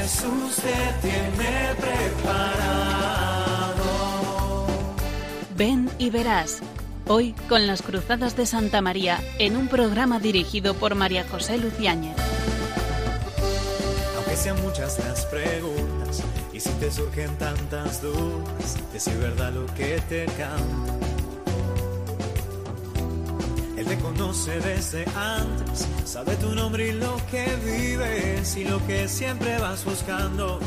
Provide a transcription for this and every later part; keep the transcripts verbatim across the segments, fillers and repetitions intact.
Jesús te tiene preparado. Ven y verás. Hoy con las Cruzadas de Santa María, en un programa dirigido por María José Luciáñez. Aunque sean muchas las preguntas y si te surgen tantas dudas, de si es verdad lo que te canta. Él te conoce desde antes, sabe tu nombre y lo que vives y lo que siempre vas buscando.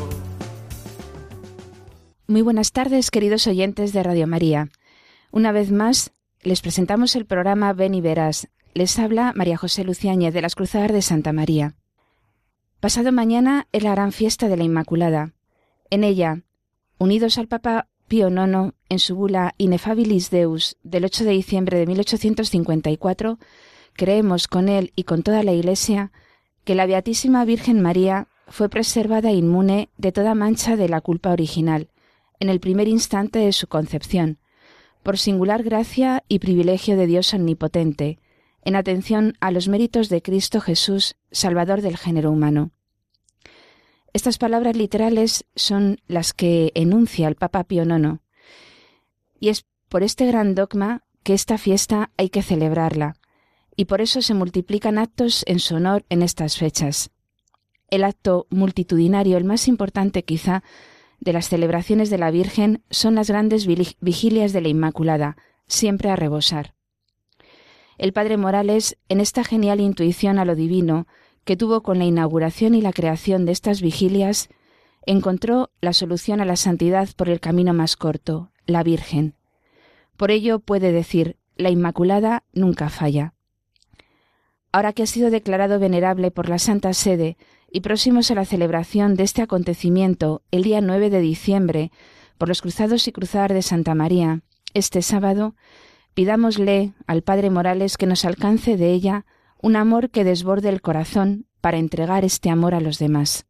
Muy buenas tardes, queridos oyentes de Radio María. Una vez más, les presentamos el programa Ven y Verás. Les habla María José Luciáñez de las Cruzadas de Santa María. Pasado mañana es la gran fiesta de la Inmaculada. En ella, unidos al Papa Pío nono en su bula Ineffabilis Deus del ocho de diciembre de mil ochocientos cincuenta y cuatro, creemos con él y con toda la Iglesia que la Beatísima Virgen María fue preservada inmune de toda mancha de la culpa original, en el primer instante de su concepción, por singular gracia y privilegio de Dios omnipotente, en atención a los méritos de Cristo Jesús, Salvador del género humano. Estas palabras literales son las que enuncia el Papa Pío nono, y es por este gran dogma que esta fiesta hay que celebrarla, y por eso se multiplican actos en su honor en estas fechas. El acto multitudinario, el más importante quizá, de las celebraciones de la Virgen son las grandes vigilias de la Inmaculada, siempre a rebosar. El Padre Morales, en esta genial intuición a lo divino que tuvo con la inauguración y la creación de estas vigilias, encontró la solución a la santidad por el camino más corto, la Virgen. Por ello puede decir, la Inmaculada nunca falla. Ahora que ha sido declarado venerable por la Santa Sede y próximos a la celebración de este acontecimiento el día nueve de diciembre por los Cruzados y Cruzadas de Santa María, este sábado, pidámosle al Padre Morales que nos alcance de ella un amor que desborde el corazón para entregar este amor a los demás.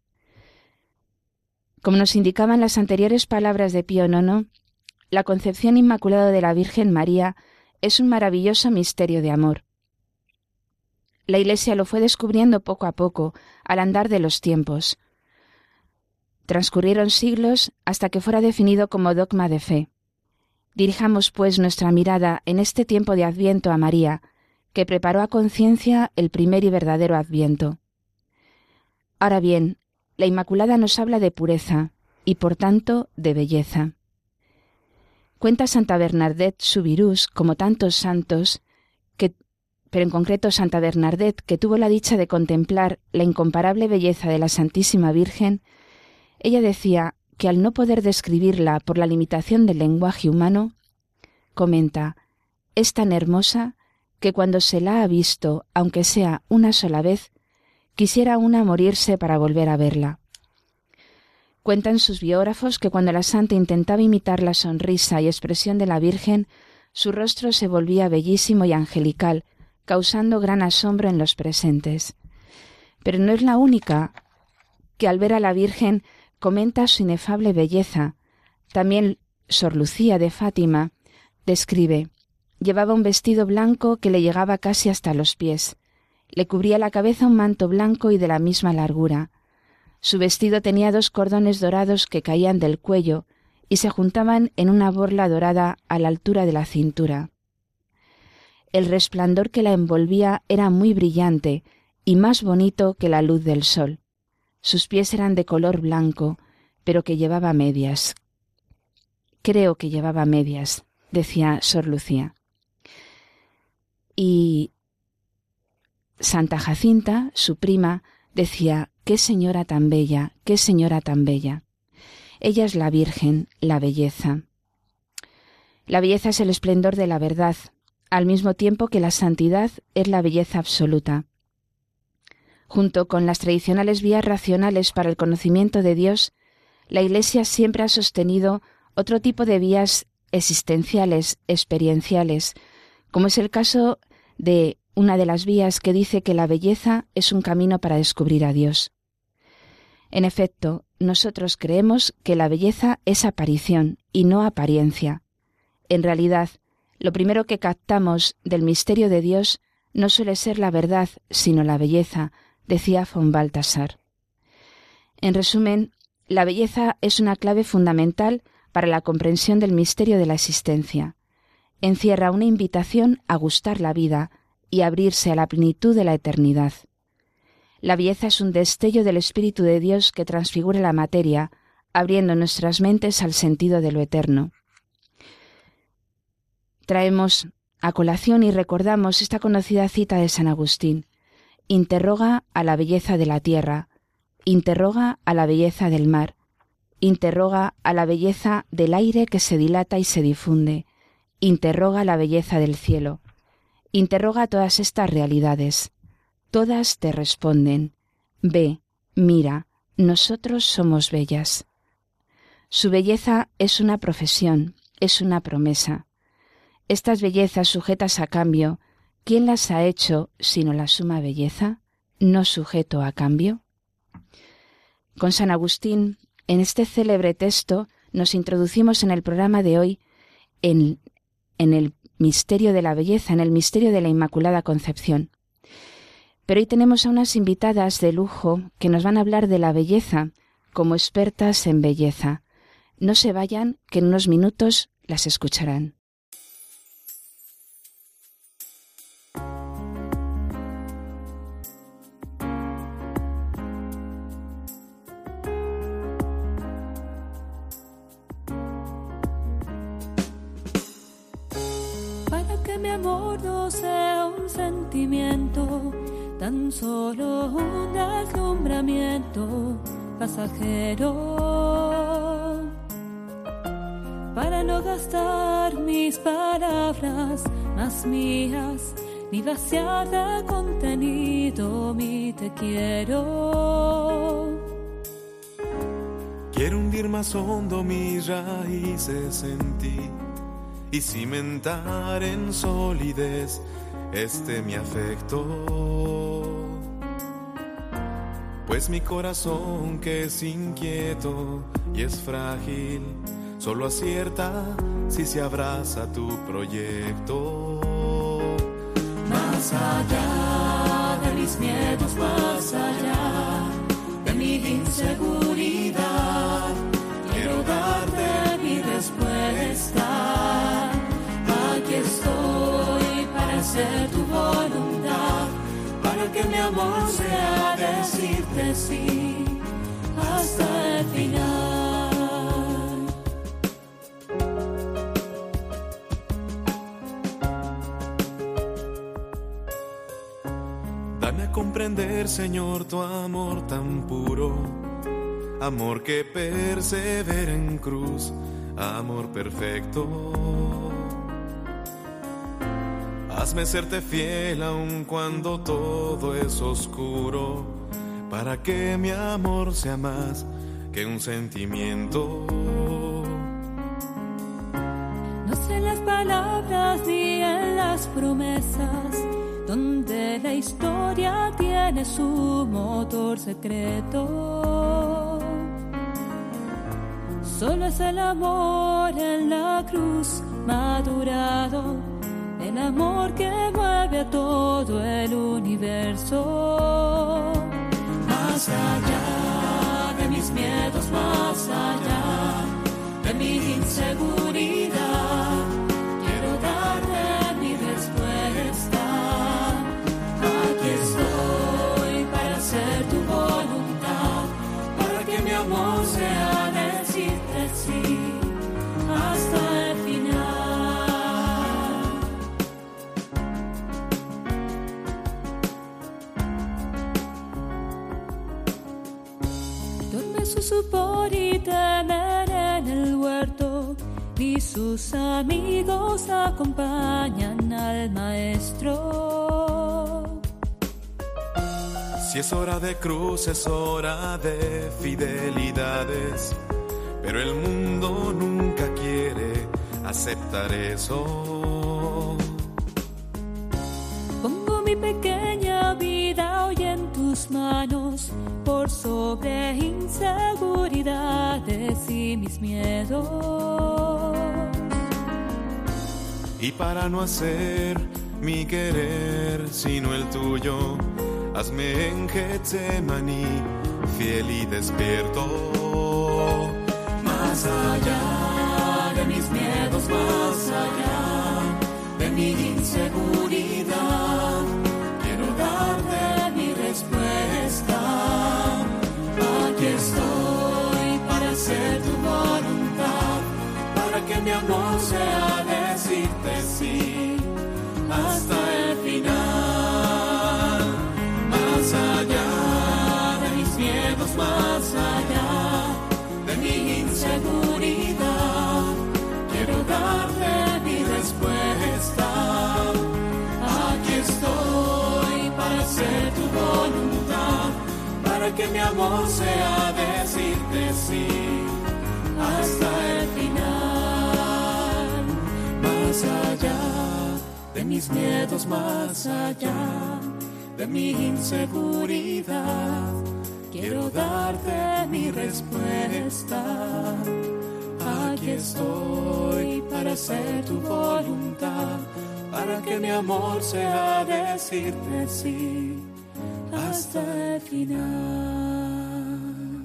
Como nos indicaban las anteriores palabras de Pío nono, la concepción inmaculada de la Virgen María es un maravilloso misterio de amor. La Iglesia lo fue descubriendo poco a poco, al andar de los tiempos. Transcurrieron siglos hasta que fuera definido como dogma de fe. Dirijamos, pues, nuestra mirada en este tiempo de Adviento a María, que preparó a conciencia el primer y verdadero Adviento. Ahora bien, la Inmaculada nos habla de pureza y, por tanto, de belleza. Cuenta Santa Bernadette Soubirous, como tantos santos, que, pero en concreto Santa Bernadette, que tuvo la dicha de contemplar la incomparable belleza de la Santísima Virgen, ella decía que al no poder describirla por la limitación del lenguaje humano, comenta, es tan hermosa que cuando se la ha visto, aunque sea una sola vez, quisiera una morirse para volver a verla. Cuentan sus biógrafos que cuando la santa intentaba imitar la sonrisa y expresión de la Virgen, su rostro se volvía bellísimo y angelical, causando gran asombro en los presentes. Pero no es la única que al ver a la Virgen comenta su inefable belleza. También Sor Lucía de Fátima describe: llevaba un vestido blanco que le llegaba casi hasta los pies. Le cubría la cabeza un manto blanco y de la misma largura. Su vestido tenía dos cordones dorados que caían del cuello y se juntaban en una borla dorada a la altura de la cintura. El resplandor que la envolvía era muy brillante y más bonito que la luz del sol. Sus pies eran de color blanco, pero que llevaba medias. Creo que llevaba medias, decía Sor Lucía. Y Santa Jacinta, su prima, decía, qué señora tan bella, qué señora tan bella. Ella es la Virgen, la belleza. La belleza es el esplendor de la verdad, al mismo tiempo que la santidad es la belleza absoluta. Junto con las tradicionales vías racionales para el conocimiento de Dios, la Iglesia siempre ha sostenido otro tipo de vías existenciales, experienciales, como es el caso de una de las vías que dice que la belleza es un camino para descubrir a Dios. En efecto, nosotros creemos que la belleza es aparición y no apariencia. En realidad, lo primero que captamos del misterio de Dios no suele ser la verdad, sino la belleza, decía von Balthasar. En resumen, la belleza es una clave fundamental para la comprensión del misterio de la existencia. Encierra una invitación a gustar la vida y abrirse a la plenitud de la eternidad. La belleza es un destello del Espíritu de Dios que transfigura la materia, abriendo nuestras mentes al sentido de lo eterno. Traemos a colación y recordamos esta conocida cita de San Agustín: interroga a la belleza de la tierra, interroga a la belleza del mar, interroga a la belleza del aire que se dilata y se difunde, interroga la belleza del cielo, interroga todas estas realidades. Todas te responden: ve, mira, nosotros somos bellas. Su belleza es una profesión, es una promesa. Estas bellezas sujetas a cambio, ¿quién las ha hecho sino la suma belleza, no sujeto a cambio? Con San Agustín, en este célebre texto, nos introducimos en el programa de hoy en, en el misterio de la belleza, en el misterio de la Inmaculada Concepción. Pero hoy tenemos a unas invitadas de lujo que nos van a hablar de la belleza como expertas en belleza. No se vayan, que en unos minutos las escucharán. Para que mi amor no sea un sentimiento, tan solo un deslumbramiento pasajero, para no gastar mis palabras más mías, ni vaciar de contenido mi te quiero. Quiero hundir más hondo mis raíces en ti y cimentar en solidez este mi afecto, pues mi corazón, que es inquieto y es frágil, solo acierta si se abraza tu proyecto. Más allá de mis miedos, más allá de mi inseguridad, quiero darte mi respuesta. Aquí estoy para hacer tu voluntad, para que mi amor sea decirte sí hasta el final. Dame a comprender, Señor, tu amor tan puro, amor que persevera en cruz, amor perfecto. Hazme serte fiel aun cuando todo es oscuro, para que mi amor sea más que un sentimiento. No sé en las palabras ni en las promesas, donde la historia tiene su motor secreto. Solo es el amor en la cruz madurado, el amor que mueve a todo el universo. Más allá de mis miedos, más allá de mi inseguridad, quiero darte mi respuesta. Aquí estoy para hacer tu voluntad, para que mi amor sea decirte sí hasta el final. Su supor y temer en el huerto, y sus amigos acompañan al maestro. Si es hora de cruz, es hora de fidelidades, pero el mundo nunca quiere aceptar eso. Pongo mi pequeña vida hoy en tus manos, por sobre inseguridades y mis miedos. Y para no hacer mi querer sino el tuyo, hazme en Getsemaní fiel y despierto. Más allá de mis miedos, más allá de mi inseguridad, quiero darte mi respuesta. Aquí estoy para hacer tu voluntad, para que mi amor sea decirte sí hasta el final. Más allá de mis miedos, más allá de mi inseguridad, quiero darte mi respuesta. Aquí estoy para hacer tu voluntad, para que mi amor sea decirte sí hasta el final. Más allá de mis miedos, más allá de mi inseguridad, quiero darte mi respuesta. Aquí estoy para hacer tu voluntad, para que mi amor sea decirte sí hasta el final.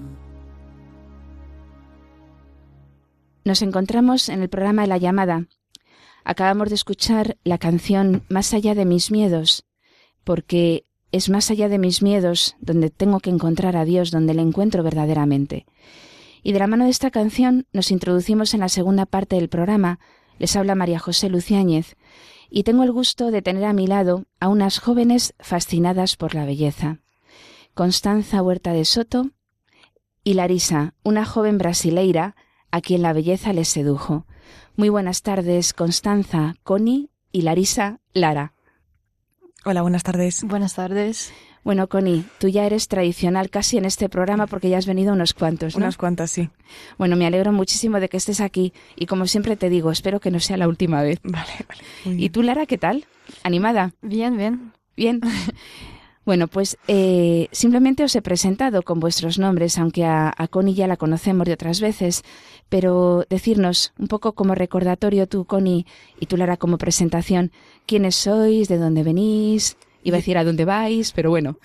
Nos encontramos en el programa La Llamada. Acabamos de escuchar la canción Más allá de mis miedos, porque es más allá de mis miedos donde tengo que encontrar a Dios, donde le encuentro verdaderamente. Y de la mano de esta canción nos introducimos en la segunda parte del programa. Les habla María José Luciáñez y tengo el gusto de tener a mi lado a unas jóvenes fascinadas por la belleza. Constanza Huerta de Soto y Larisa, una joven brasileira a quien la belleza les sedujo. Muy buenas tardes, Constanza, Connie y Larisa, Lara. Hola, buenas tardes. Buenas tardes. Bueno, Connie, tú ya eres tradicional casi en este programa porque ya has venido unos cuantos, ¿no? Unas cuantas, sí. Bueno, me alegro muchísimo de que estés aquí y como siempre te digo, espero que no sea la última vez. Vale, vale. Muy bien. ¿Y tú, Lara, qué tal? ¿Animada? Bien, bien. Bien. Bueno, pues eh, simplemente os he presentado con vuestros nombres, aunque a, a Connie ya la conocemos de otras veces, pero decirnos un poco como recordatorio tú, Connie, y tú, Lara, como presentación, quiénes sois, de dónde venís, iba a decir a dónde vais, pero bueno.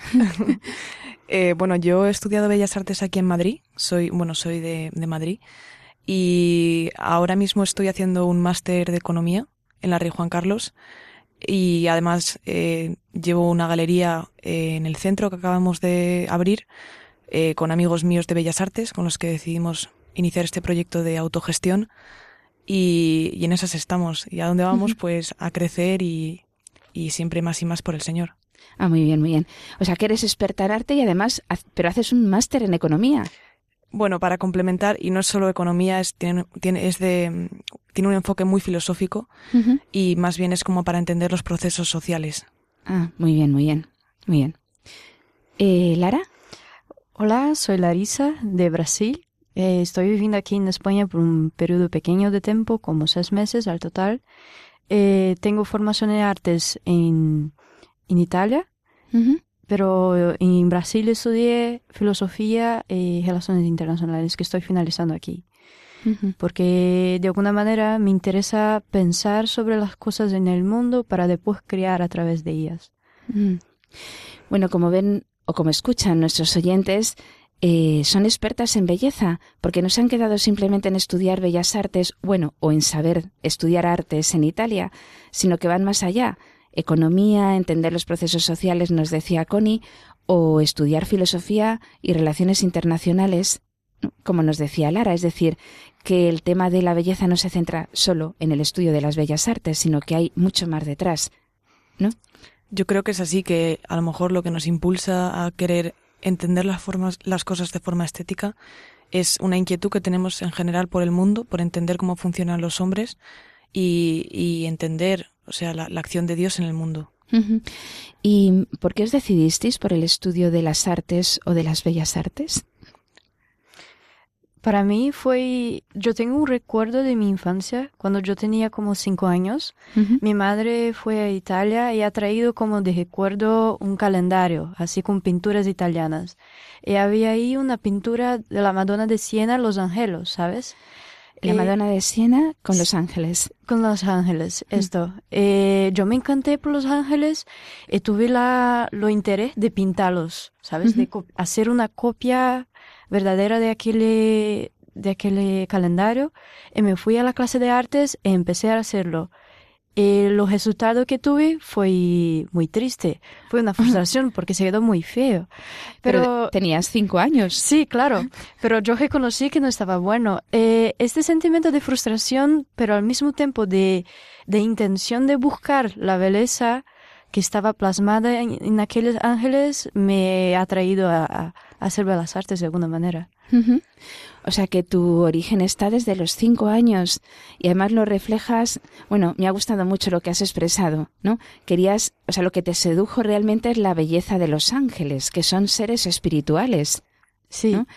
eh, bueno, yo he estudiado Bellas Artes aquí en Madrid, soy, bueno, soy de, de Madrid, y ahora mismo estoy haciendo un máster de Economía en la Rey Juan Carlos, y además eh, llevo una galería eh, en el centro que acabamos de abrir eh, con amigos míos de Bellas Artes con los que decidimos iniciar este proyecto de autogestión y, y en esas estamos. ¿Y a dónde vamos? Pues a crecer y, y siempre más y más por el Señor. Ah, muy bien, muy bien. O sea, que eres experta en arte y además, pero haces un máster en economía. Bueno, para complementar, y no es solo economía, es, tiene, tiene, es de, tiene un enfoque muy filosófico uh-huh. y más bien es como para entender los procesos sociales. Ah, muy bien, muy bien, muy bien. Eh, ¿Lara? Hola, soy Larisa, de Brasil. Eh, estoy viviendo aquí en España por un periodo pequeño de tiempo, como seis meses al total. Eh, tengo formación en artes en, en Italia. Uh-huh. Pero en Brasil estudié filosofía y relaciones internacionales, que estoy finalizando aquí. Uh-huh. Porque de alguna manera me interesa pensar sobre las cosas en el mundo para después crear a través de ellas. Uh-huh. Bueno, como ven o como escuchan nuestros oyentes, eh, son expertas en belleza, porque no se han quedado simplemente en estudiar bellas artes, bueno, o en saber estudiar artes en Italia, sino que van más allá. Economía, entender los procesos sociales, nos decía Connie, o estudiar filosofía y relaciones internacionales, como nos decía Lara, es decir, que el tema de la belleza no se centra solo en el estudio de las bellas artes, sino que hay mucho más detrás, ¿no? Yo creo que es así, que a lo mejor lo que nos impulsa a querer entender las formas, las cosas de forma estética es una inquietud que tenemos en general por el mundo, por entender cómo funcionan los hombres y, y entender, o sea, la, la acción de Dios en el mundo. Uh-huh. ¿Y por qué os decidisteis por el estudio de las artes o de las bellas artes? Para mí fue... Yo tengo un recuerdo de mi infancia, cuando yo tenía como cinco años. Uh-huh. Mi madre fue a Italia y ha traído como de recuerdo un calendario, así con pinturas italianas. Y había ahí una pintura de la Madonna de Siena, Los Angelos, ¿sabes? La eh, Madonna de Siena con los ángeles. Con los ángeles, esto. Mm. Eh, yo me encanté por los ángeles y tuve la, lo interés de pintarlos, ¿sabes? Uh-huh. De hacer una copia verdadera de aquel, de aquel calendario. Y me fui a la clase de artes y empecé a hacerlo. Y los resultados que tuve fue muy triste. Fue una frustración porque se quedó muy feo. Pero, pero tenías cinco años. Sí, claro. Pero yo reconocí que no estaba bueno. Eh, este sentimiento de frustración, pero al mismo tiempo de, de intención de buscar la belleza que estaba plasmada en, en aquellos ángeles, me ha traído a, a hacer bellas artes de alguna manera. Uh-huh. O sea que tu origen está desde los cinco años y además lo reflejas, bueno, me ha gustado mucho lo que has expresado, ¿no? Querías, o sea, lo que te sedujo realmente es la belleza de los ángeles, que son seres espirituales. Sí. ¿No?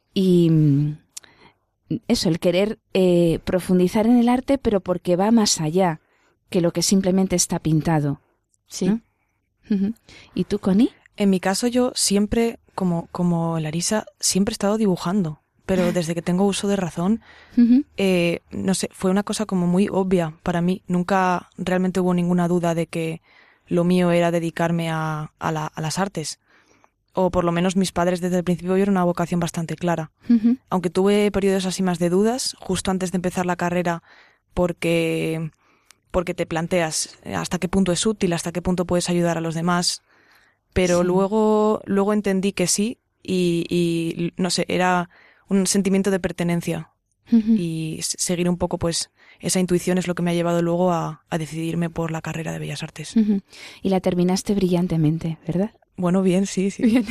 Y eso, el querer eh, profundizar en el arte, pero porque va más allá que lo que simplemente está pintado. Sí. ¿No? Uh-huh. ¿Y tú, Connie? En mi caso yo siempre, como, como Larisa, siempre he estado dibujando. Pero desde que tengo uso de razón, uh-huh. eh, no sé, fue una cosa como muy obvia para mí. Nunca realmente hubo ninguna duda de que lo mío era dedicarme a, a, la, a las artes. O por lo menos mis padres desde el principio vieron una vocación bastante clara. Uh-huh. Aunque tuve periodos así más de dudas, justo antes de empezar la carrera, porque, porque te planteas hasta qué punto es útil, hasta qué punto puedes ayudar a los demás. Pero sí. luego, luego entendí que sí y, y no sé, era un sentimiento de pertenencia uh-huh. y seguir un poco pues esa intuición es lo que me ha llevado luego a, a decidirme por la carrera de Bellas Artes. Uh-huh. Y la terminaste brillantemente, ¿verdad? Bueno, bien, sí, sí. Bien.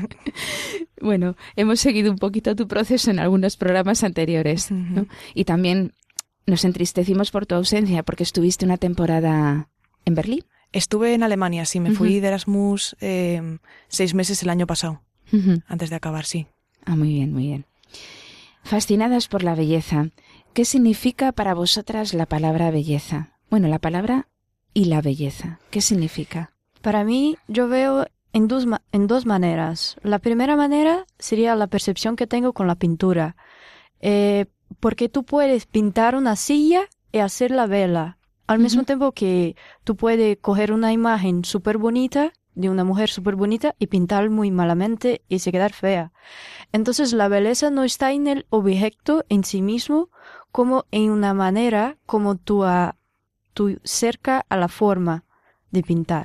Bueno, hemos seguido un poquito tu proceso en algunos programas anteriores, uh-huh. ¿no? Y también nos entristecimos por tu ausencia porque estuviste una temporada en Berlín. Estuve en Alemania, sí, me uh-huh. fui de Erasmus eh, seis meses el año pasado, uh-huh. antes de acabar, sí. Ah, muy bien, muy bien. Fascinadas por la belleza, ¿qué significa para vosotras la palabra belleza? Bueno, la palabra y la belleza, ¿qué significa? Para mí, yo veo en dos, en dos maneras. La primera manera sería la percepción que tengo con la pintura. Eh, porque tú puedes pintar una silla y hacerla bella. Al uh-huh. mismo tiempo que tú puedes coger una imagen súper bonita de una mujer súper bonita y pintar muy malamente y se quedar fea. Entonces la belleza no está en el objeto en sí mismo, como en una manera como tú, a, tú cerca a la forma de pintar.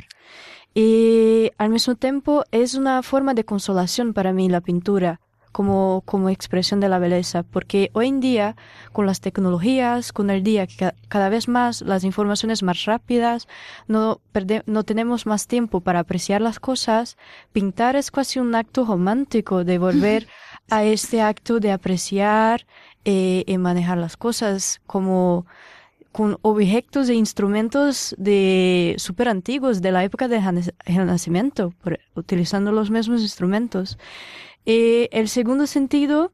Y al mismo tiempo es una forma de consolación para mí la pintura, como, como expresión de la belleza, porque hoy en día, con las tecnologías, con el día que cada vez más las informaciones más rápidas, no, perde, no tenemos más tiempo para apreciar las cosas, pintar es casi un acto romántico de volver a este acto de apreciar eh, y manejar las cosas como con objetos e instrumentos de súper antiguos de la época del Renacimiento, por, utilizando los mismos instrumentos. Eh, el segundo sentido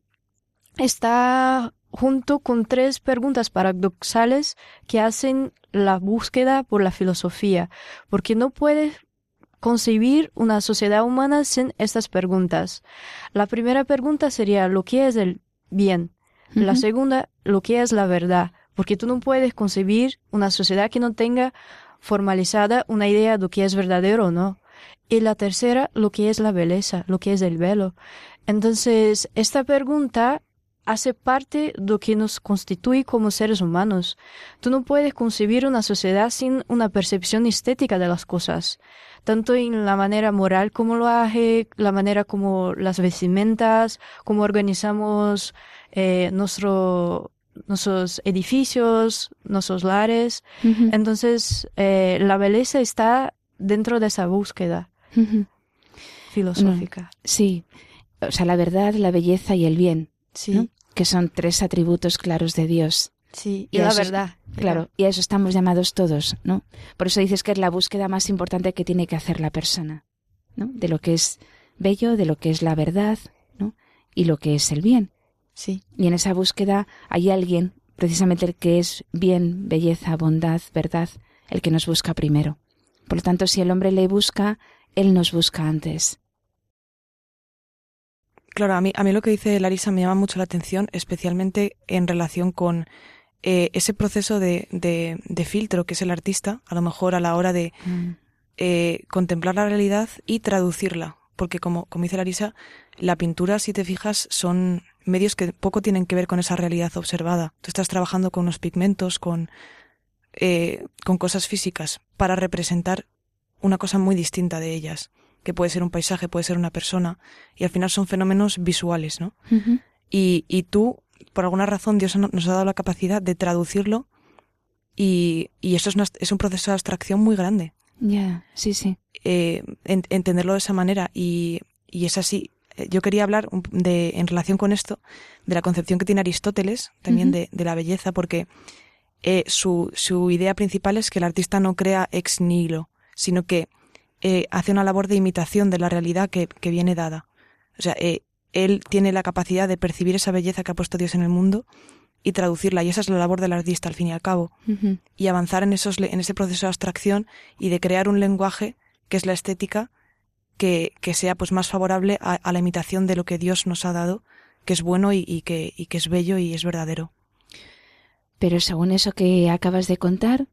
está junto con tres preguntas paradoxales que hacen la búsqueda por la filosofía, porque no puedes concebir una sociedad humana sin estas preguntas. La primera pregunta sería ¿lo que es el bien? Uh-huh. La segunda, ¿lo que es la verdad? Porque tú no puedes concebir una sociedad que no tenga formalizada una idea de lo que es verdadero o no. Y la tercera, lo que es la belleza, lo que es el velo. Entonces, esta pregunta hace parte de lo que nos constituye como seres humanos. Tú no puedes concebir una sociedad sin una percepción estética de las cosas, tanto en la manera moral como lo hace, la manera como las vestimentas, como organizamos eh, nuestro, nuestros edificios, nuestros lares. Uh-huh. Entonces, eh, la belleza está dentro de esa búsqueda uh-huh. filosófica. No, sí, o sea, la verdad, la belleza y el bien, sí, ¿no? Que son tres atributos claros de Dios. Sí, y, y la eso, verdad. Claro, y a eso estamos llamados todos, ¿no? Por eso dices que es la búsqueda más importante que tiene que hacer la persona, ¿no? De lo que es bello, de lo que es la verdad, ¿no? Y lo que es el bien. Sí. Y en esa búsqueda hay alguien, precisamente el que es bien, belleza, bondad, verdad, el que nos busca primero. Por lo tanto, si el hombre le busca, él nos busca antes. Claro, a mí, a mí lo que dice Larisa me llama mucho la atención, especialmente en relación con eh, ese proceso de, de, de filtro que es el artista, a lo mejor a la hora de mm. eh, contemplar la realidad y traducirla. Porque como, como dice Larisa, la pintura, si te fijas, son medios que poco tienen que ver con esa realidad observada. Tú estás trabajando con unos pigmentos, con, eh, con cosas físicas, para representar una cosa muy distinta de ellas, que puede ser un paisaje, puede ser una persona, y al final son fenómenos visuales, ¿no? Uh-huh. Y, y tú, por alguna razón, Dios nos ha dado la capacidad de traducirlo, y, y eso es, una, es un proceso de abstracción muy grande. Ya, yeah, sí, sí. Eh, en, entenderlo de esa manera, y, y es así. Yo quería hablar de, en relación con esto, de la concepción que tiene Aristóteles, también uh-huh. de, de la belleza, porque eh, su, su idea principal es que el artista no crea ex nihilo, sino que eh, hace una labor de imitación de la realidad que, que viene dada. O sea, eh, él tiene la capacidad de percibir esa belleza que ha puesto Dios en el mundo y traducirla, y esa es la labor del artista, al fin y al cabo. Uh-huh. Y avanzar en, esos, en ese proceso de abstracción y de crear un lenguaje, que es la estética, que, que sea pues más favorable a, a la imitación de lo que Dios nos ha dado, que es bueno y, y, que, y que es bello y es verdadero. Pero según eso que acabas de contar,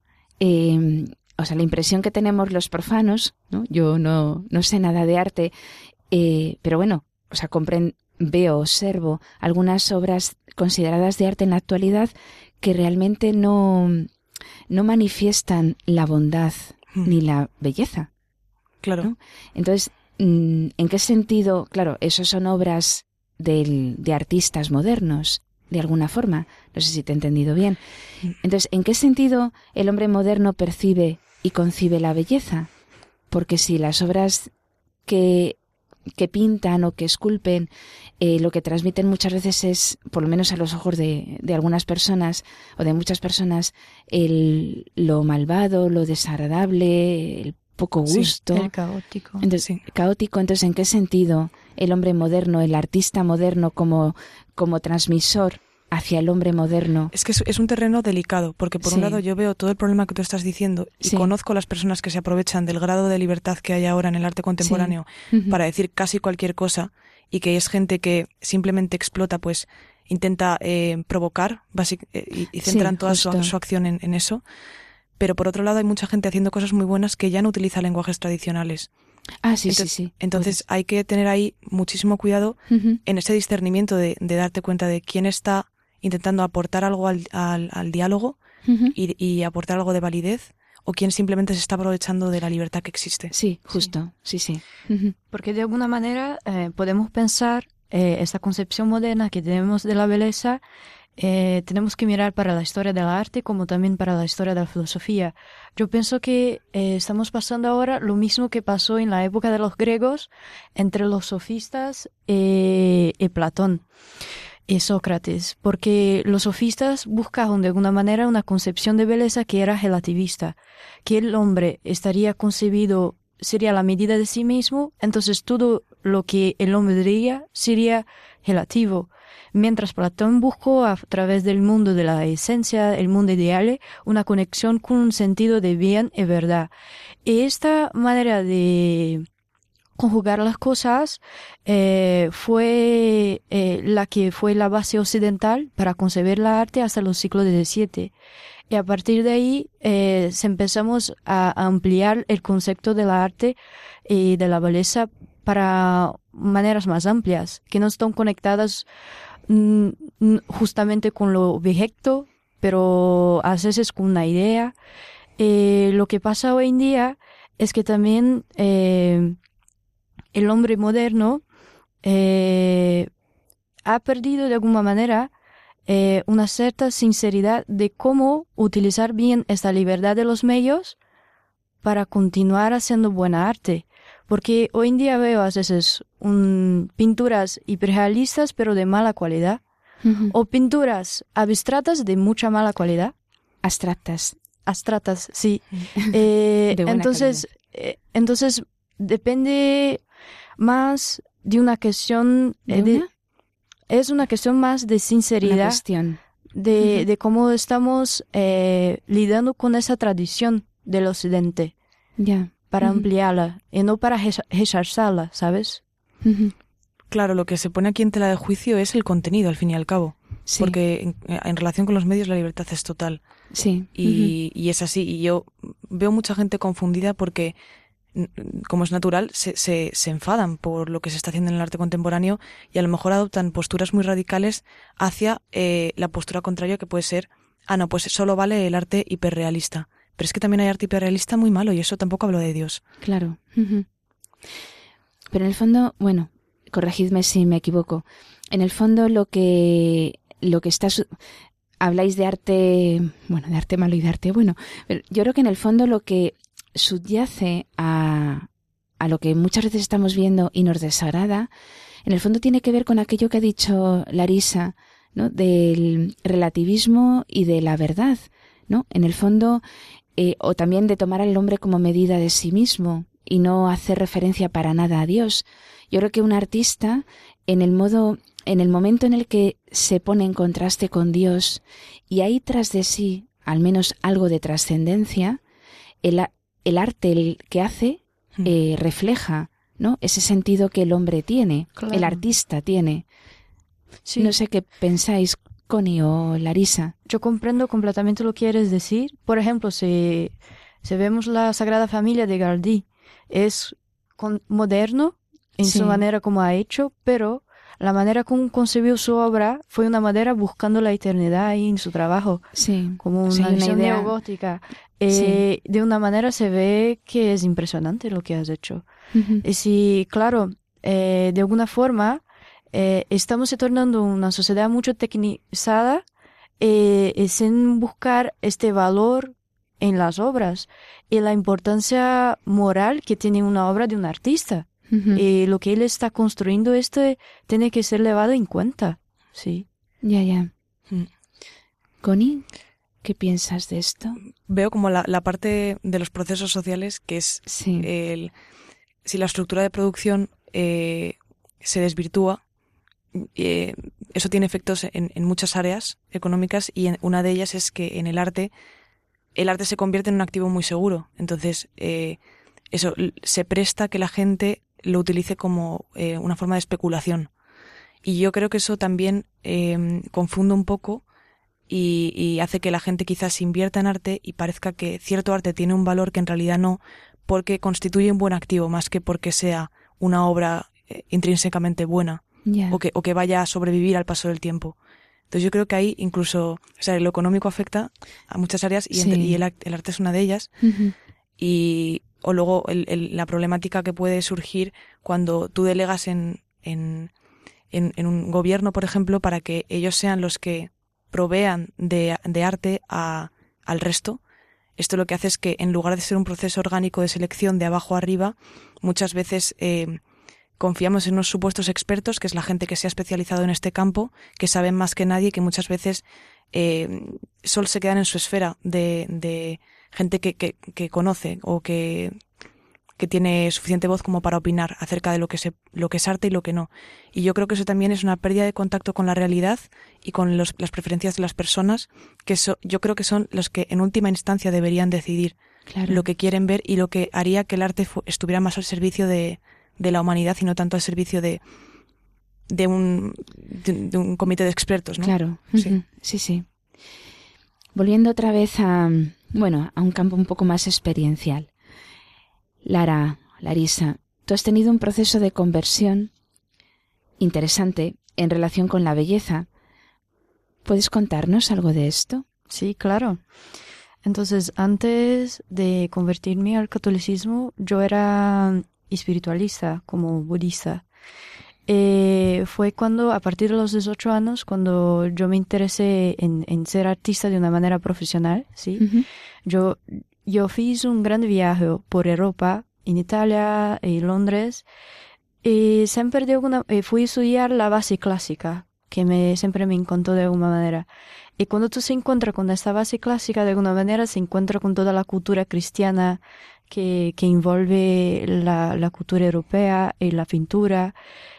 eh, o sea, la impresión que tenemos los profanos, ¿no? Yo no, no sé nada de arte, eh, pero bueno, o sea, comprendo, veo, observo algunas obras consideradas de arte en la actualidad que realmente no, no manifiestan la bondad mm. ni la belleza. Claro. ¿No? Entonces, ¿en qué sentido? Claro, esos son obras del, de artistas modernos, de alguna forma. No sé si te he entendido bien. Entonces, ¿en qué sentido el hombre moderno percibe y concibe la belleza? Porque si las obras que, que pintan o que esculpen, eh, lo que transmiten muchas veces es, por lo menos a los ojos de, de algunas personas o de muchas personas, el, lo malvado, lo desagradable, el poco gusto. Sí, el caótico. Entonces, sí. caótico. Entonces, ¿en qué sentido el hombre moderno, el artista moderno como, como transmisor hacia el hombre moderno? Es que es, es un terreno delicado, porque por sí. un lado yo veo todo el problema que tú estás diciendo y sí. conozco las personas que se aprovechan del grado de libertad que hay ahora en el arte contemporáneo sí. uh-huh. para decir casi cualquier cosa, y que es gente que simplemente explota, pues intenta eh, provocar basic, eh, y, y centran sí, toda su, su acción en, en eso. Pero por otro lado hay mucha gente haciendo cosas muy buenas que ya no utiliza lenguajes tradicionales. Ah, sí, entonces, sí, sí. Entonces pues. hay que tener ahí muchísimo cuidado uh-huh. en ese discernimiento de, de darte cuenta de quién está intentando aportar algo al, al, al diálogo uh-huh. y, y aportar algo de validez, o quién simplemente se está aprovechando de la libertad que existe. Sí, justo, sí, sí. sí. Uh-huh. Porque de alguna manera eh, podemos pensar eh, esta concepción moderna que tenemos de la belleza. Eh, tenemos que mirar para la historia del arte como también para la historia de la filosofía. Yo pienso que eh, estamos pasando ahora lo mismo que pasó en la época de los griegos entre los sofistas eh, y Platón y Sócrates, porque los sofistas buscaban de alguna manera una concepción de belleza que era relativista, que el hombre estaría concebido, sería la medida de sí mismo, entonces todo lo que el hombre diría sería relativo. Mientras Platón buscó a través del mundo de la esencia, el mundo ideal, una conexión con un sentido de bien y verdad. Y esta manera de conjugar las cosas eh, fue eh, la que fue la base occidental para concebir la arte hasta los siglos diecisiete. Y a partir de ahí eh, se empezamos a ampliar el concepto del arte y de la belleza para maneras más amplias, que no están conectadas justamente con lo objeto, pero a veces con una idea. Eh, lo que pasa hoy en día es que también eh, el hombre moderno eh, ha perdido de alguna manera eh, una cierta sinceridad de cómo utilizar bien esta libertad de los medios para continuar haciendo buena arte. Porque hoy en día veo a veces un, pinturas hiperrealistas pero de mala calidad, uh-huh. o pinturas abstractas de mucha mala calidad. Abstractas. Abstractas, sí. eh, de buena entonces, eh, entonces depende más de una cuestión... ¿De de, una? Es una cuestión más de sinceridad. Una cuestión. De, uh-huh. de cómo estamos eh, lidiando con esa tradición del occidente. Ya. Yeah. Para uh-huh. ampliarla y no para rechazarla, ¿sabes? Uh-huh. Claro, lo que se pone aquí en tela de juicio es el contenido, al fin y al cabo. Sí. Porque en, en relación con los medios la libertad es total. Sí. Y, uh-huh. y es así. Y yo veo mucha gente confundida porque, como es natural, se, se, se enfadan por lo que se está haciendo en el arte contemporáneo y a lo mejor adoptan posturas muy radicales hacia eh, la postura contraria, que puede ser, ah, no, pues solo vale el arte hiperrealista. Pero es que también hay arte hiperrealista muy malo y eso tampoco hablo de Dios. Claro. Uh-huh. Pero en el fondo, bueno, corregidme si me equivoco. En el fondo lo que lo que está habláis de arte, bueno, de arte malo y de arte bueno, pero yo creo que en el fondo lo que subyace a a lo que muchas veces estamos viendo y nos desagrada, en el fondo tiene que ver con aquello que ha dicho Larisa, ¿no? Del relativismo y de la verdad, ¿no? En el fondo, eh, o también de tomar al hombre como medida de sí mismo y no hacer referencia para nada a Dios. Yo creo que un artista, en el modo, en el momento en el que se pone en contraste con Dios y hay tras de sí al menos algo de trascendencia, el, el arte el que hace eh, refleja, ¿no? Ese sentido que el hombre tiene, claro. El artista tiene. Sí. No sé qué pensáis, Connie o Larisa. Yo comprendo completamente lo que quieres decir. Por ejemplo, si, si vemos la Sagrada Familia de Gaudí, es con, moderno en sí. Su manera como ha hecho, pero la manera como concibió su obra fue una manera buscando la eternidad ahí en su trabajo, sí. Como una, sí, una visión idea neogótica. Eh, sí. De una manera se ve que es impresionante lo que has hecho. Uh-huh. Y sí, claro, eh, de alguna forma eh, estamos tornando una sociedad mucho tecnizada eh, sin buscar este valor en las obras y la importancia moral que tiene una obra de un artista. Uh-huh. Y lo que él está construyendo esto tiene que ser llevado en cuenta, sí. Ya, ya. Mm. Connie, ¿qué piensas de esto? Veo como la, la parte de los procesos sociales, que es sí. el, si la estructura de producción eh, se desvirtúa, eh, eso tiene efectos en, en muchas áreas económicas y en, una de ellas es que en el arte, el arte se convierte en un activo muy seguro. Entonces, eh, eso se presta a que la gente lo utilice como eh, una forma de especulación. Y yo creo que eso también eh, confunde un poco y, y hace que la gente quizás invierta en arte y parezca que cierto arte tiene un valor que en realidad no, porque constituye un buen activo más que porque sea una obra eh, intrínsecamente buena yeah. o, que, o que vaya a sobrevivir al paso del tiempo. Entonces yo creo que ahí incluso, o sea, lo económico afecta a muchas áreas y, sí. entre, y el, el arte es una de ellas. Uh-huh. Y o luego el, el, la problemática que puede surgir cuando tú delegas en, en, en, en un gobierno, por ejemplo, para que ellos sean los que provean de, de arte a, al resto. Esto lo que hace es que en lugar de ser un proceso orgánico de selección de abajo a arriba, muchas veces eh, confiamos en unos supuestos expertos, que es la gente que se ha especializado en este campo, que saben más que nadie y que muchas veces eh, solo se quedan en su esfera de... de gente que, que, que conoce o que, que tiene suficiente voz como para opinar acerca de lo que se, lo que es arte y lo que no. Y yo creo que eso también es una pérdida de contacto con la realidad y con los, las preferencias de las personas, que so, yo creo que son los que en última instancia deberían decidir claro. lo que quieren ver y lo que haría que el arte fu- estuviera más al servicio de, de la humanidad y no tanto al servicio de, de, un, de, de un comité de expertos, ¿no? Claro, sí, uh-huh. sí, sí. Volviendo otra vez a, bueno, a un campo un poco más experiencial. Lara, Larisa, tú has tenido un proceso de conversión interesante en relación con la belleza. ¿Puedes contarnos algo de esto? Sí, claro. Entonces, antes de convertirme al catolicismo, yo era espiritualista, como budista. Eh, fue cuando, a partir de los dieciocho años, cuando yo me interesé en, en ser artista de una manera profesional, ¿sí? Uh-huh. Yo, yo hice un gran viaje por Europa, en Italia y Londres, y siempre de alguna, eh, fui a estudiar la base clásica, que me, siempre me encantó de alguna manera. Y cuando tú se encuentras con esta base clásica, de alguna manera se encuentra con toda la cultura cristiana que, que envuelve la, la cultura europea y la pintura.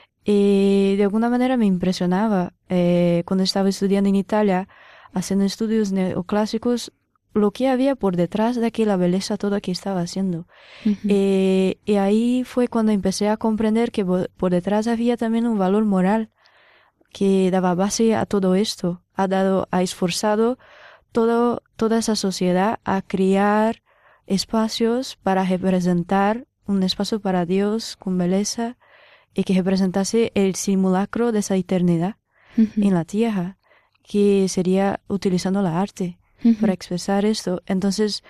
Y de alguna manera me impresionaba. Eh, cuando estaba estudiando en Italia, haciendo estudios neoclásicos, lo que había por detrás de aquella belleza toda que estaba haciendo. Ujú. Eh, y ahí fue cuando empecé a comprender que bo- por detrás había también un valor moral que daba base a todo esto. Ha dado, ha esforzado todo, toda esa sociedad a crear espacios para representar un espacio para Dios con belleza y que representase el simulacro de esa eternidad Ujú. en la tierra, que sería utilizando la arte Ujú. para expresar esto. Entonces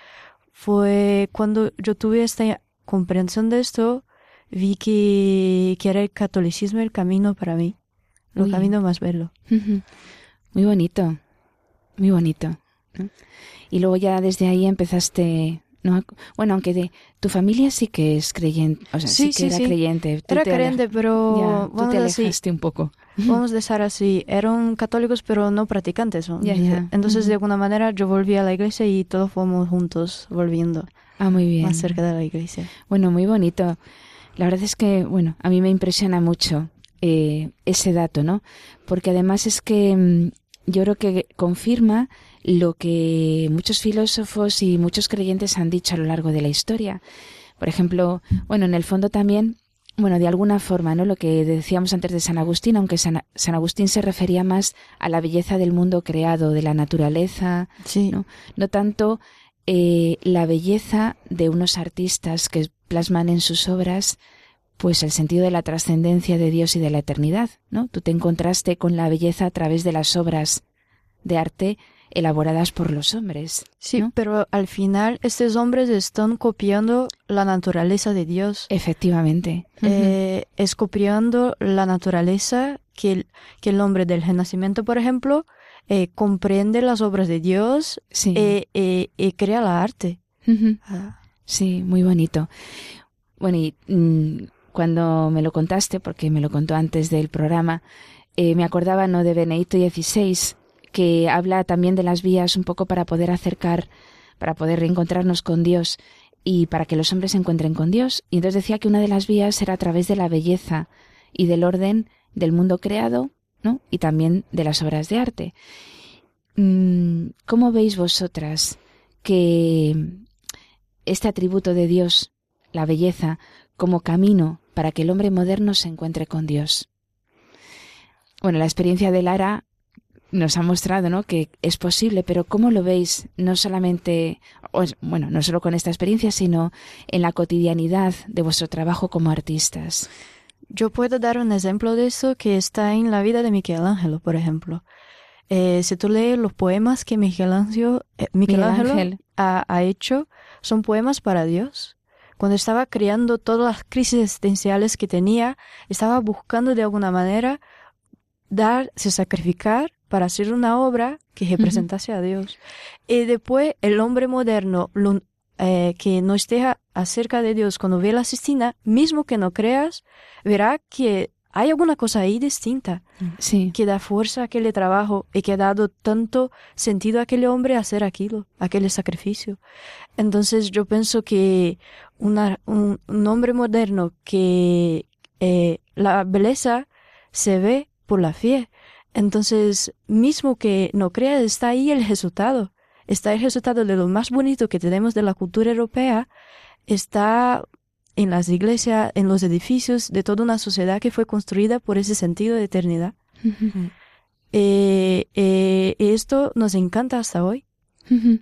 fue cuando yo tuve esta comprensión de esto, vi que, que era el catolicismo el camino para mí, el Uy. camino más bello. Ujú. Muy bonito, muy bonito, ¿no? Y luego ya desde ahí empezaste, ¿no? Bueno, aunque de tu familia sí que es creyente, o sea, sí, Sí, que sí, era sí. creyente. Tú Era te ale- creyente, pero Ya, tú vamos te a decir, alejaste un poco. vamos a decir así, eran católicos pero no practicantes. vamos a Ya, decir. ya. Entonces Ujú. de alguna manera yo volví a la iglesia y todos fuimos juntos volviendo Ah, muy bien. más cerca de la iglesia. Bueno, muy bonito. La verdad es que, bueno, a mí me impresiona mucho eh, ese dato, ¿no? Porque además es que mm, yo creo que confirma lo que muchos filósofos y muchos creyentes han dicho a lo largo de la historia. Por ejemplo, bueno, en el fondo también, bueno, de alguna forma, ¿no? Lo que decíamos antes de San Agustín, aunque San, San Agustín se refería más a la belleza del mundo creado, de la naturaleza, Sí. ¿no? No tanto eh, la belleza de unos artistas que plasman en sus obras pues el sentido de la trascendencia de Dios y de la eternidad, ¿no? Tú te encontraste con la belleza a través de las obras de arte elaboradas por los hombres. Sí, ¿no? pero al final estos hombres están copiando la naturaleza de Dios. Efectivamente. Eh, es copiando la naturaleza que el, que el hombre del Renacimiento, por ejemplo, eh, comprende las obras de Dios Sí. eh, eh, y crea la arte. Ujú. Ah. Sí, muy bonito. Bueno, y mm, cuando me lo contaste, porque me lo contó antes del programa, eh, me acordaba, ¿no?, de Benedicto dieciséis, que habla también de las vías un poco para poder acercar, para poder reencontrarnos con Dios y para que los hombres se encuentren con Dios. Y entonces decía que una de las vías era a través de la belleza y del orden del mundo creado, ¿no?, y también de las obras de arte. Mm, ¿Cómo veis vosotras que este atributo de Dios, la belleza, como camino para que el hombre moderno se encuentre con Dios? Bueno, la experiencia de Lara nos ha mostrado, ¿no?, que es posible, pero ¿cómo lo veis? No solamente, bueno, no solo con esta experiencia, sino en la cotidianidad de vuestro trabajo como artistas. Yo puedo dar un ejemplo de eso que está en la vida de Michelangelo, por ejemplo. Eh, si tú lees los poemas que Michelangelo, eh, Michelangelo Miguel Ángel. ha, ha hecho, son poemas para Dios. Cuando estaba creando todas las crisis existenciales que tenía, estaba buscando de alguna manera darse, sacrificar para hacer una obra que representase uh-huh. a Dios. Y después el hombre moderno lo, eh, que no esté acerca de Dios, cuando ve la Sistina, mismo que no creas, verá que hay alguna cosa ahí distinta, sí. que da fuerza a aquel trabajo y que ha dado tanto sentido a aquel hombre a hacer aquello, aquel sacrificio. Entonces yo pienso que una, un, un hombre moderno que eh, la belleza se ve por la fe. Entonces, mismo que no crea, está ahí el resultado. Está el resultado de lo más bonito que tenemos de la cultura europea. Está en las iglesias, en los edificios de toda una sociedad que fue construida por ese sentido de eternidad. Uh-huh. eh, eh, esto nos encanta hasta hoy. Uh-huh.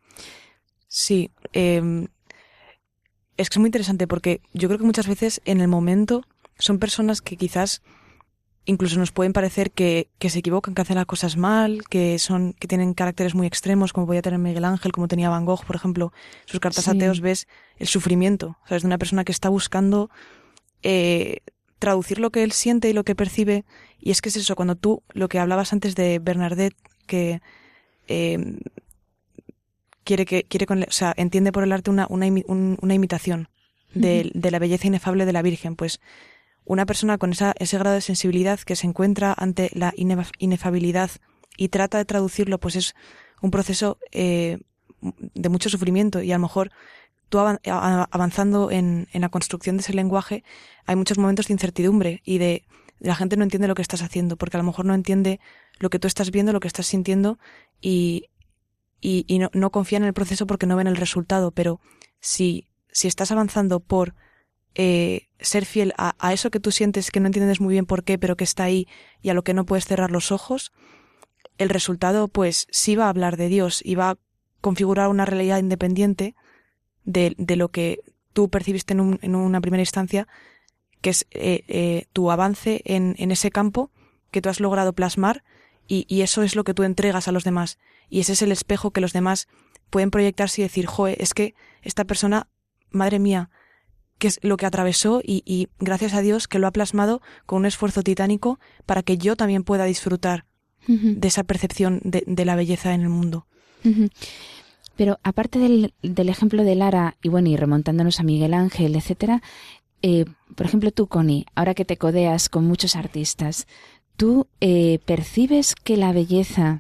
Sí, eh, es que es muy interesante porque yo creo que muchas veces en el momento son personas que quizás incluso nos pueden parecer que, que se equivocan, que hacen las cosas mal, que son que tienen caracteres muy extremos, como podía tener Miguel Ángel, como tenía Van Gogh, por ejemplo. Sus cartas sí. ateos ves el sufrimiento, ¿sabes? De una persona que está buscando eh, traducir lo que él siente y lo que percibe. Y es que es eso, cuando tú, lo que hablabas antes de Bernadette, que eh, quiere que quiere con, o sea, entiende por el arte una, una, un, una imitación de, uh-huh. de la belleza inefable de la Virgen, pues una persona con esa, ese grado de sensibilidad que se encuentra ante la inefabilidad y trata de traducirlo, pues es un proceso eh, de mucho sufrimiento. Y a lo mejor tú avanzando en, en la construcción de ese lenguaje, hay muchos momentos de incertidumbre y de la gente no entiende lo que estás haciendo, porque a lo mejor no entiende lo que tú estás viendo, lo que estás sintiendo, y, y, y no, no confían en el proceso porque no ven el resultado, pero si, si estás avanzando por eh, ser fiel a, a eso que tú sientes que no entiendes muy bien por qué, pero que está ahí y a lo que no puedes cerrar los ojos, el resultado pues sí va a hablar de Dios y va a configurar una realidad independiente de, de lo que tú percibiste en, un, en una primera instancia, que es eh, eh, tu avance en, en ese campo que tú has logrado plasmar, y, y eso es lo que tú entregas a los demás, y ese es el espejo que los demás pueden proyectarse y decir, joe, es que esta persona, madre mía, que es lo que atravesó, y, y gracias a Dios que lo ha plasmado con un esfuerzo titánico para que yo también pueda disfrutar uh-huh. de esa percepción de, de la belleza en el mundo. Uh-huh. Pero aparte del, del ejemplo de Lara, y bueno, y remontándonos a Miguel Ángel, etcétera, eh, por ejemplo tú, Connie, ahora que te codeas con muchos artistas, ¿tú eh, percibes que la belleza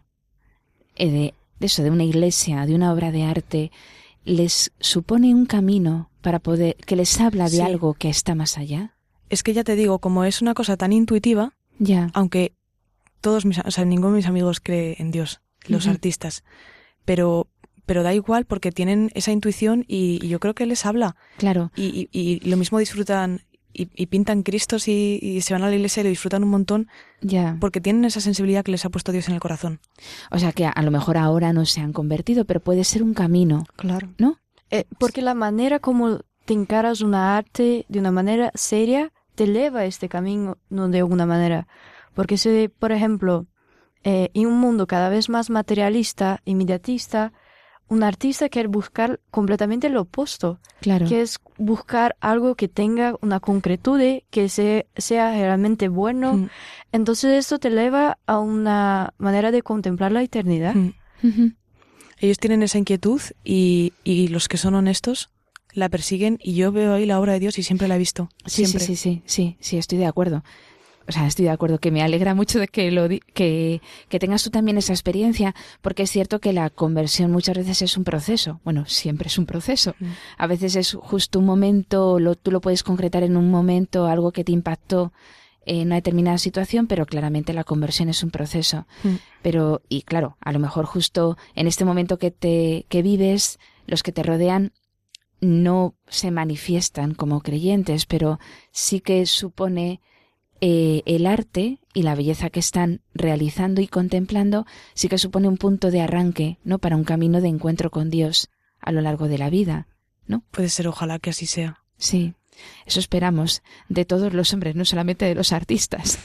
eh, de, de eso, de una iglesia, de una obra de arte, les supone un camino para poder, que les habla de sí. algo que está más allá? Es que ya te digo, como es una cosa tan intuitiva, ya. aunque todos mis, o sea, ninguno de mis amigos cree en Dios, los uh-huh. artistas, pero pero da igual porque tienen esa intuición y, y yo creo que les habla. Claro. Y, y, y lo mismo disfrutan y, y pintan Cristos y, y se van a la iglesia y lo disfrutan un montón. Ya. Porque tienen esa sensibilidad que les ha puesto Dios en el corazón. O sea que a, a lo mejor ahora no se han convertido, pero puede ser un camino. Claro. ¿No? Eh, porque la manera como te encaras una arte de una manera seria te lleva a este camino no de alguna manera. Porque si, por ejemplo, eh, en un mundo cada vez más materialista, inmediatista, un artista quiere buscar completamente lo opuesto, claro. que es buscar algo que tenga una concretud, que se, sea realmente bueno. Mm. Entonces esto te lleva a una manera de contemplar la eternidad. Mm. Uh-huh. Ellos tienen esa inquietud y, y los que son honestos la persiguen, y yo veo ahí la obra de Dios y siempre la he visto. Sí, siempre. sí, sí, sí, sí, sí, estoy de acuerdo. O sea, estoy de acuerdo, que me alegra mucho de que lo di- que, que tengas tú también esa experiencia, porque es cierto que la conversión muchas veces es un proceso. Bueno, siempre es un proceso. Mm. A veces es justo un momento, lo, tú lo puedes concretar en un momento, algo que te impactó en una determinada situación, pero claramente la conversión es un proceso. Mm. Pero, y claro, a lo mejor justo en este momento que te, que vives, los que te rodean no se manifiestan como creyentes, pero sí que supone Eh, el arte y la belleza que están realizando y contemplando sí que supone un punto de arranque, ¿no? Para un camino de encuentro con Dios a lo largo de la vida, ¿no? Puede ser, ojalá que así sea. Sí, eso esperamos de todos los hombres, no solamente de los artistas.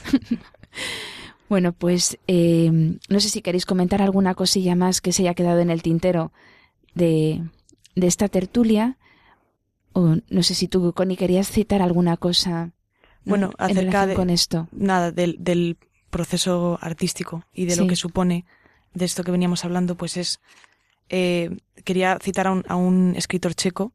Bueno, pues eh, no sé si queréis comentar alguna cosilla más que se haya quedado en el tintero de, de esta tertulia, o no sé si tú, Connie, querías citar alguna cosa. Bueno, ¿no? acerca de con esto. nada del, del proceso artístico y de sí. lo que supone de esto que veníamos hablando, pues es eh, quería citar a un, a un escritor checo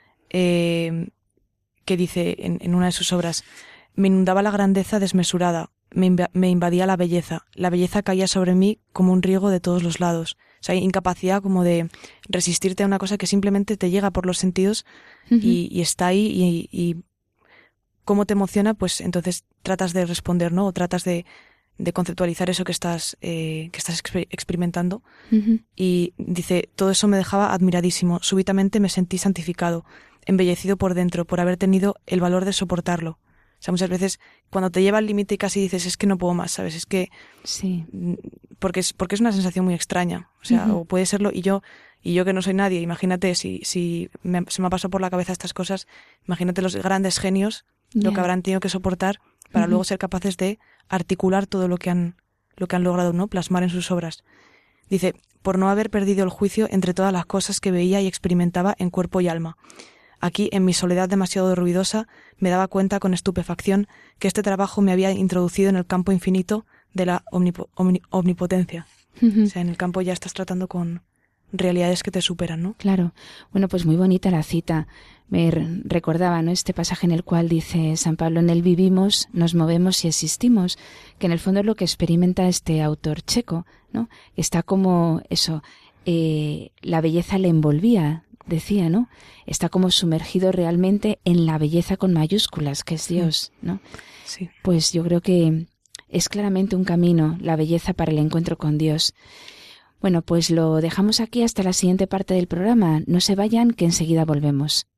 eh, que dice en, en una de sus obras: me inundaba la grandeza desmesurada, me, inv- me invadía la belleza, la belleza caía sobre mí como un riego de todos los lados. O sea, hay incapacidad como de resistirte a una cosa que simplemente te llega por los sentidos uh-huh. y, y está ahí y, y cómo te emociona, pues entonces tratas de responder, ¿no? O tratas de, de conceptualizar eso que estás, eh, que estás exper- experimentando. Uh-huh. Y dice, todo eso me dejaba admiradísimo. Súbitamente me sentí santificado, embellecido por dentro, por haber tenido el valor de soportarlo. O sea, muchas veces cuando te lleva al límite y casi dices, es que no puedo más, ¿sabes? Es que... Sí. Porque es, porque es una sensación muy extraña. O sea, uh-huh. o puede serlo, y yo... Y yo que no soy nadie, imagínate, si, si me, se me ha pasado por la cabeza estas cosas, imagínate los grandes genios, yeah. lo que habrán tenido que soportar para uh-huh. luego ser capaces de articular todo lo que han, lo que han logrado, ¿no? Plasmar en sus obras. Dice, por no haber perdido el juicio entre todas las cosas que veía y experimentaba en cuerpo y alma. Aquí, en mi soledad demasiado ruidosa, me daba cuenta con estupefacción que este trabajo me había introducido en el campo infinito de la omnipo- omni- omnipotencia. Uh-huh. O sea, en el campo ya estás tratando con realidades que te superan, ¿no? Claro. Bueno, pues muy bonita la cita. Me r- recordaba, ¿no?, este pasaje en el cual dice San Pablo, en él vivimos, nos movemos y existimos, que en el fondo es lo que experimenta este autor checo, ¿no? Está como eso, eh, la belleza le envolvía, decía, ¿no? Está como sumergido realmente en la belleza con mayúsculas, que es Dios, ¿no? Sí. Pues yo creo que es claramente un camino, la belleza para el encuentro con Dios. Bueno, pues lo dejamos aquí hasta la siguiente parte del programa. No se vayan, que enseguida volvemos.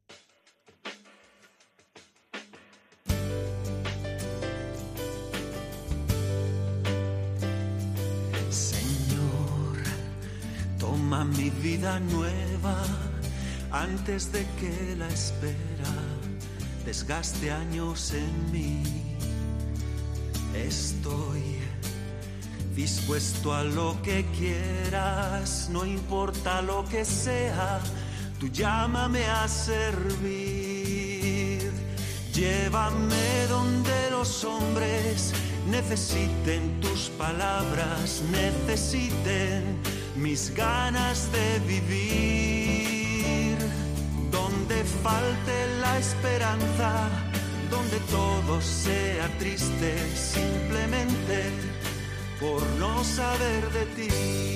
Señor, toma mi vida nueva antes de que la espera desgaste años en mí. Estoy dispuesto a lo que quieras, no importa lo que sea, tú llámame a servir. Llévame donde los hombres necesiten tus palabras, necesiten mis ganas de vivir. Donde falte la esperanza, donde todo sea triste, simplemente por no saber de ti.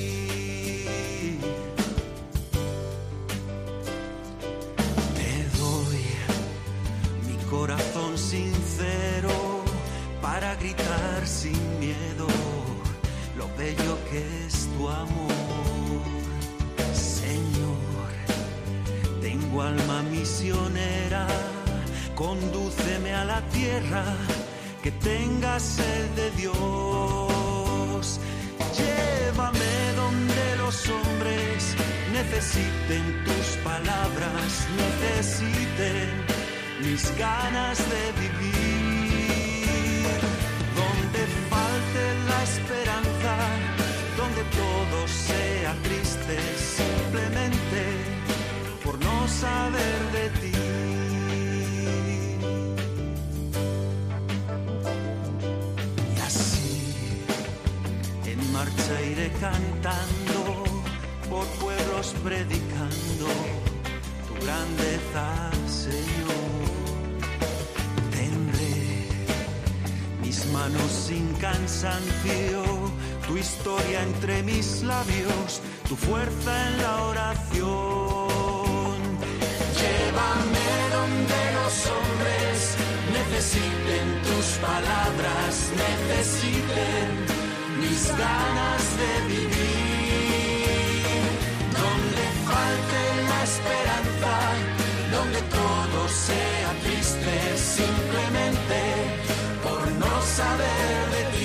Te doy mi corazón sincero para gritar sin miedo lo bello que es tu amor. Señor, tengo alma misionera, condúceme a la tierra que tenga sed de Dios. Llévame donde los hombres necesiten tus palabras, necesiten mis ganas de vivir. Donde falte la esperanza, donde todo sea triste, simplemente por no saber de ti. Marcha iré cantando, por pueblos predicando tu grandeza, Señor. Tendré mis manos sin cansancio, tu historia entre mis labios, tu fuerza en la oración. Llévame donde los hombres necesiten tus palabras, necesiten mis ganas de vivir. Donde falte la esperanza, donde todo sea triste, simplemente por no saber de ti.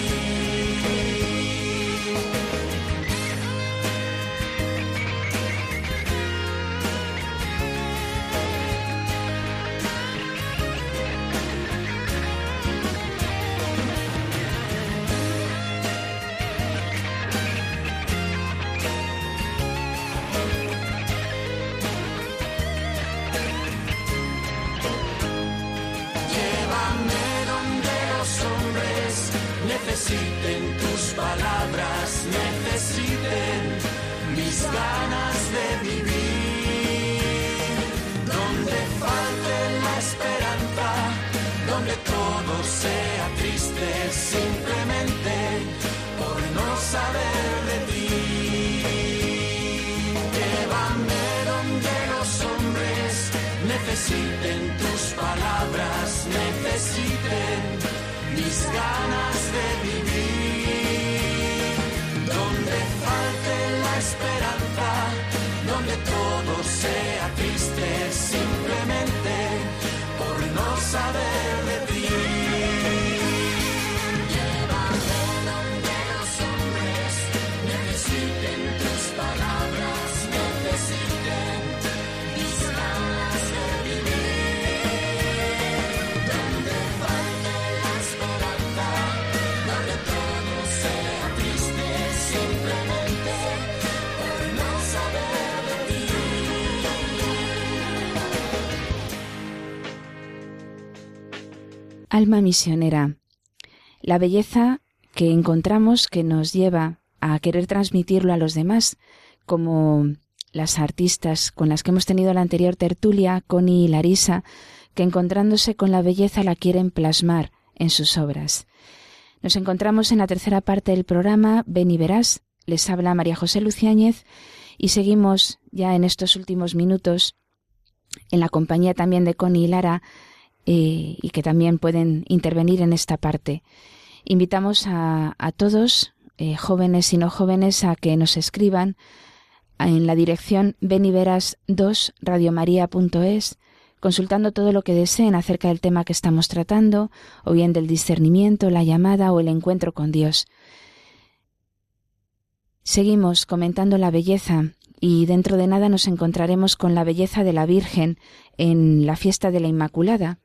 Necesiten tus palabras, necesiten mis ganas de vivir. Donde falte la esperanza, donde todo sea triste, simplemente por no saber de ti. Llévame donde los hombres necesiten tus palabras, necesiten mis ganas de vivir. Donde falte la esperanza, donde todo sea triste, simplemente por no saber de ti. Llévame donde los hombres necesiten tus palabras, necesiten mis ganas de vivir. Donde falte la esperanza, donde todo sea triste, simplemente por no saber de ti. Alma misionera. La belleza que encontramos que nos lleva a querer transmitirlo a los demás, como las artistas con las que hemos tenido la anterior tertulia, Connie y Larisa, que encontrándose con la belleza la quieren plasmar en sus obras. Nos encontramos en la tercera parte del programa Ven y Verás. Les habla María José Luciáñez y seguimos ya en estos últimos minutos en la compañía también de Connie y Lara, eh, y que también pueden intervenir en esta parte. Invitamos a, a todos eh, jóvenes y no jóvenes a que nos escriban en la dirección beniveras dos radiomaria punto es, consultando todo lo que deseen acerca del tema que estamos tratando, o bien del discernimiento, la llamada o el encuentro con Dios. Seguimos comentando la belleza y dentro de nada nos encontraremos con la belleza de la Virgen en la fiesta de la Inmaculada.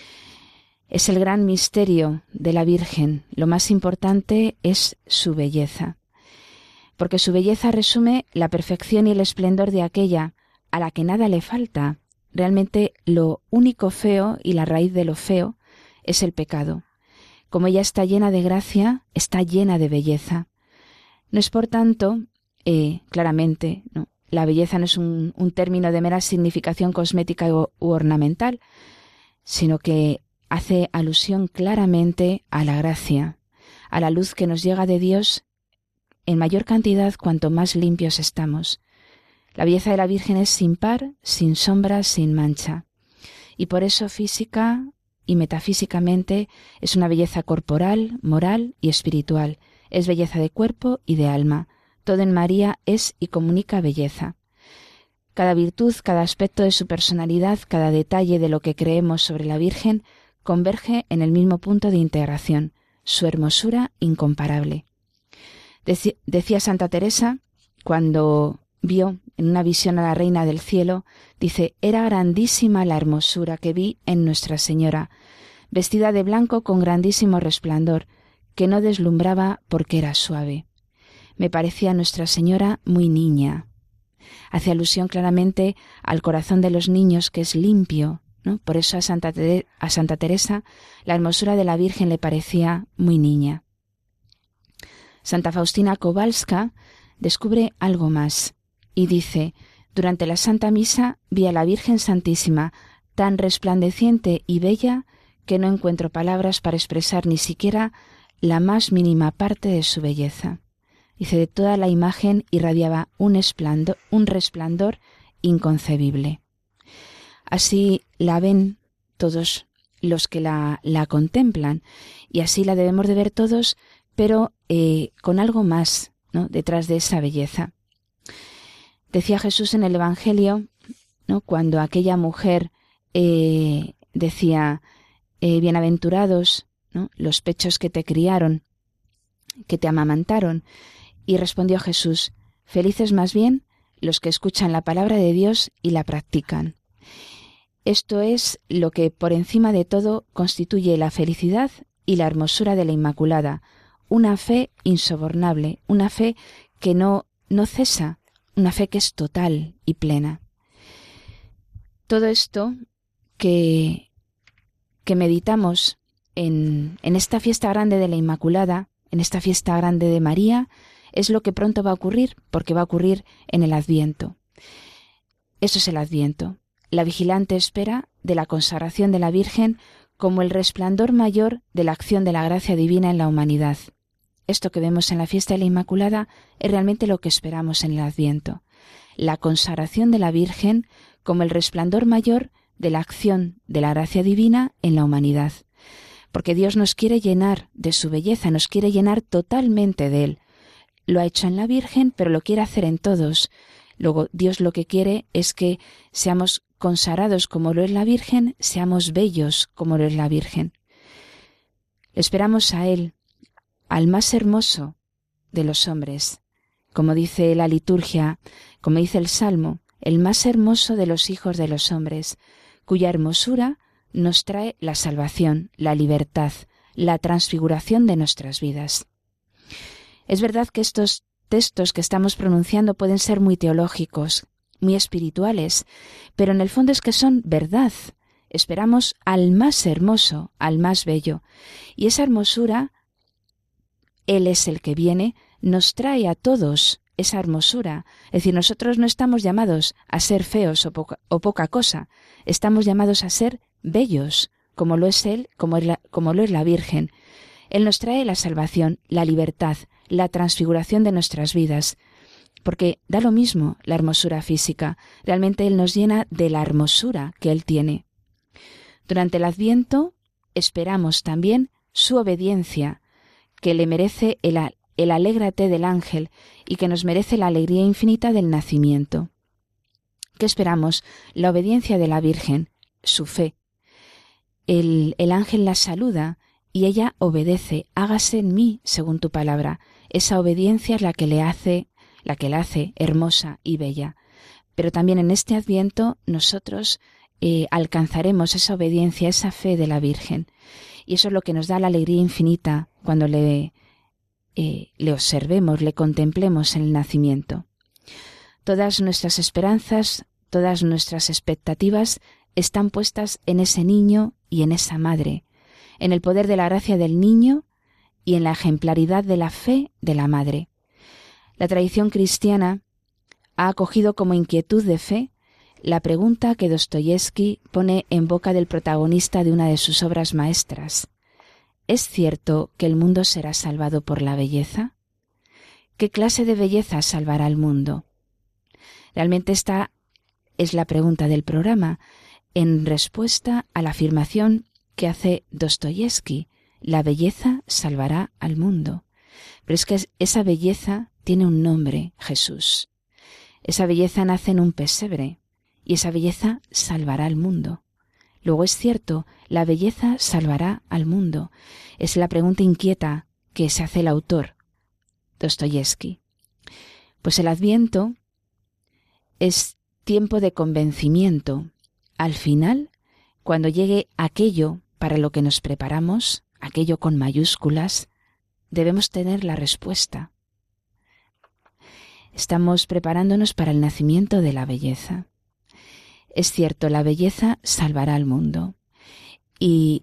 Es el gran misterio de la Virgen. Lo más importante es su belleza, porque su belleza resume la perfección y el esplendor de aquella a la que nada le falta. Realmente lo único feo y la raíz de lo feo es el pecado. Como ella está llena de gracia, está llena de belleza. No es por tanto, eh, claramente, ¿no? La belleza no es un, un término de mera significación cosmética u, u ornamental, sino que hace alusión claramente a la gracia, a la luz que nos llega de Dios en mayor cantidad cuanto más limpios estamos. La belleza de la Virgen es sin par, sin sombra, sin mancha. Y por eso física y metafísicamente es una belleza corporal, moral y espiritual. Es belleza de cuerpo y de alma. Todo en María es y comunica belleza. Cada virtud, cada aspecto de su personalidad, cada detalle de lo que creemos sobre la Virgen converge en el mismo punto de integración, su hermosura incomparable. Deci- decía Santa Teresa, cuando vio en una visión a la Reina del Cielo, dice: «Era grandísima la hermosura que vi en Nuestra Señora, vestida de blanco con grandísimo resplandor, que no deslumbraba porque era suave. Me parecía Nuestra Señora muy niña». Hace alusión claramente al corazón de los niños, que es limpio, ¿no? Por eso a Santa, Tere- a Santa Teresa la hermosura de la Virgen le parecía muy niña. Santa Faustina Kowalska descubre algo más y dice: «Durante la Santa Misa vi a la Virgen Santísima tan resplandeciente y bella que no encuentro palabras para expresar ni siquiera la más mínima parte de su belleza». Dice: «De toda la imagen irradiaba un esplendor, un resplandor inconcebible». Así la ven todos los que la, la contemplan, y así la debemos de ver todos, pero eh, con algo más, ¿no?, detrás de esa belleza. Decía Jesús en el Evangelio, ¿no?, cuando aquella mujer eh, decía: eh, «Bienaventurados, ¿no?, los pechos que te criaron, que te amamantaron». Y respondió Jesús: «Felices más bien los que escuchan la palabra de Dios y la practican». Esto es lo que por encima de todo constituye la felicidad y la hermosura de la Inmaculada, una fe insobornable, una fe que no, no cesa, una fe que es total y plena. Todo esto que, que meditamos en, en esta fiesta grande de la Inmaculada, en esta fiesta grande de María, es lo que pronto va a ocurrir, porque va a ocurrir en el Adviento. Eso es el Adviento, la vigilante espera de la consagración de la Virgen como el resplandor mayor de la acción de la gracia divina en la humanidad. Esto que vemos en la fiesta de la Inmaculada es realmente lo que esperamos en el Adviento, la consagración de la Virgen como el resplandor mayor de la acción de la gracia divina en la humanidad. Porque Dios nos quiere llenar de su belleza, nos quiere llenar totalmente de Él. Lo ha hecho en la Virgen, pero lo quiere hacer en todos. Luego, Dios lo que quiere es que seamos consagrados como lo es la Virgen, seamos bellos como lo es la Virgen. Esperamos a Él, al más hermoso de los hombres, como dice la liturgia, como dice el Salmo, el más hermoso de los hijos de los hombres, cuya hermosura nos trae la salvación, la libertad, la transfiguración de nuestras vidas. Es verdad que estos textos que estamos pronunciando pueden ser muy teológicos, muy espirituales, pero en el fondo es que son verdad. Esperamos al más hermoso, al más bello, y esa hermosura, Él es el que viene, nos trae a todos esa hermosura. Es decir, nosotros no estamos llamados a ser feos o poca, o poca cosa, estamos llamados a ser bellos, como lo es Él, como, es la, como lo es la Virgen. Él nos trae la salvación, la libertad, la transfiguración de nuestras vidas, porque da lo mismo la hermosura física, realmente Él nos llena de la hermosura que Él tiene. Durante el Adviento esperamos también su obediencia, que le merece el, el alégrate del ángel y que nos merece la alegría infinita del nacimiento. ¿Qué esperamos? La obediencia de la Virgen, su fe. El, el ángel la saluda y ella obedece, hágase en mí según tu palabra. Esa obediencia es la que le hace, la que la hace hermosa y bella. Pero también en este Adviento nosotros eh, alcanzaremos esa obediencia, esa fe de la Virgen. Y eso es lo que nos da la alegría infinita cuando le, eh, le observemos, le contemplemos en el nacimiento. Todas nuestras esperanzas, todas nuestras expectativas están puestas en ese niño y en esa madre, en el poder de la gracia del niño y en la ejemplaridad de la fe de la madre. La tradición cristiana ha acogido como inquietud de fe la pregunta que Dostoyevski pone en boca del protagonista de una de sus obras maestras. ¿Es cierto que el mundo será salvado por la belleza? ¿Qué clase de belleza salvará al mundo? Realmente esta es la pregunta del programa, en respuesta a la afirmación que hace Dostoyevski: la belleza salvará al mundo. Pero es que esa belleza tiene un nombre, Jesús. Esa belleza nace en un pesebre y esa belleza salvará al mundo. Luego es cierto, la belleza salvará al mundo. Es la pregunta inquieta que se hace el autor, Dostoyevski. Pues el Adviento es tiempo de convencimiento. Al final, cuando llegue aquello para lo que nos preparamos, aquello con mayúsculas, debemos tener la respuesta. Estamos preparándonos para el nacimiento de la belleza. Es cierto, la belleza salvará al mundo. Y